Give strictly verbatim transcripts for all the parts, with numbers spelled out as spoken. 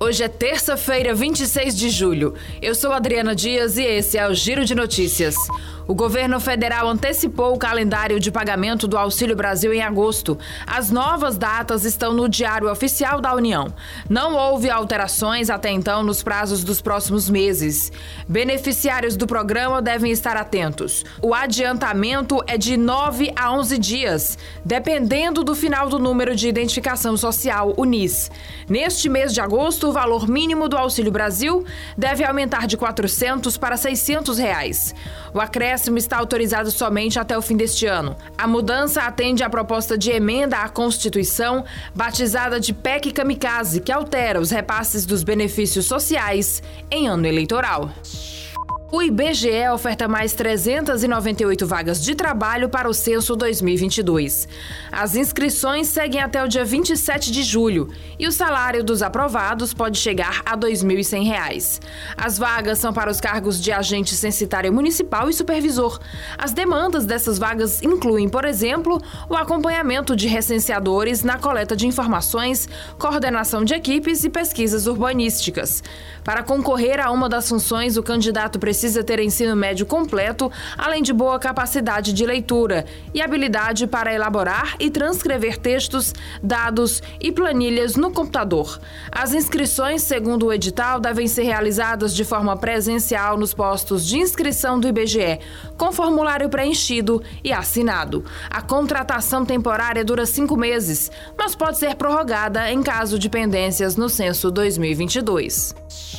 Hoje é terça-feira, vinte e seis de julho. Eu sou Adriana Dias e esse é o Giro de Notícias. O governo federal antecipou o calendário de pagamento do Auxílio Brasil em agosto. As novas datas estão no Diário Oficial da União. Não houve alterações até então nos prazos dos próximos meses. Beneficiários do programa devem estar atentos. O adiantamento é de nove a onze dias, dependendo do final do número de identificação social, o N I S. Neste mês de agosto, o valor mínimo do Auxílio Brasil deve aumentar de quatrocentos para seiscentos reais. O acréscimo está autorizado somente até o fim deste ano. A mudança atende à proposta de emenda à Constituição, batizada de P E C Kamikaze, que altera os repasses dos benefícios sociais em ano eleitoral. O I B G E oferta mais trezentas e noventa e oito vagas de trabalho para o censo dois mil e vinte e dois. As inscrições seguem até o dia vinte e sete de julho e o salário dos aprovados pode chegar a dois mil e cem reais. As vagas são para os cargos de agente censitário municipal e supervisor. As demandas dessas vagas incluem, por exemplo, o acompanhamento de recenseadores na coleta de informações, coordenação de equipes e pesquisas urbanísticas. Para concorrer a uma das funções, o candidato precisa precisa ter ensino médio completo, além de boa capacidade de leitura e habilidade para elaborar e transcrever textos, dados e planilhas no computador. As inscrições, segundo o edital, devem ser realizadas de forma presencial nos postos de inscrição do I B G E, com formulário preenchido e assinado. A contratação temporária dura cinco meses, mas pode ser prorrogada em caso de pendências no censo dois mil e vinte e dois.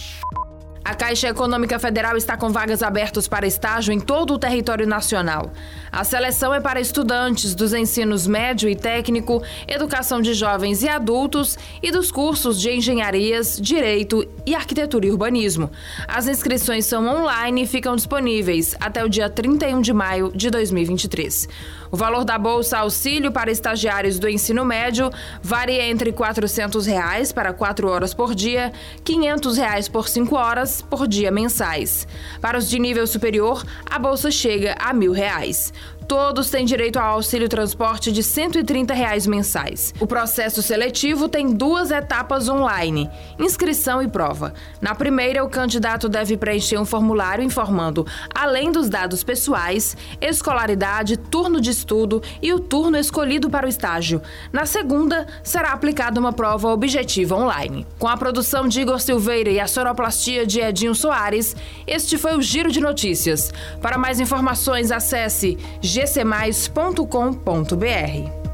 A Caixa Econômica Federal está com vagas abertas para estágio em todo o território nacional. A seleção é para estudantes dos ensinos médio e técnico, educação de jovens e adultos e dos cursos de engenharias, direito e arquitetura e urbanismo. As inscrições são online e ficam disponíveis até o dia trinta e um de maio de dois mil e vinte e três. O valor da Bolsa Auxílio para estagiários do ensino médio varia entre quatrocentos reais para quatro horas por dia, quinhentos reais por cinco horas por dia mensais. Para os de nível superior, a bolsa chega a mil reais. Todos têm direito ao auxílio transporte de cento e trinta reais mensais. O processo seletivo tem duas etapas online, inscrição e prova. Na primeira, o candidato deve preencher um formulário informando, além dos dados pessoais, escolaridade, turno de estudo e o turno escolhido para o estágio. Na segunda, será aplicada uma prova objetiva online. Com a produção de Igor Silveira e a sonoplastia de Edinho Soares, este foi o Giro de Notícias. Para mais informações, acesse g c mais ponto com ponto b r.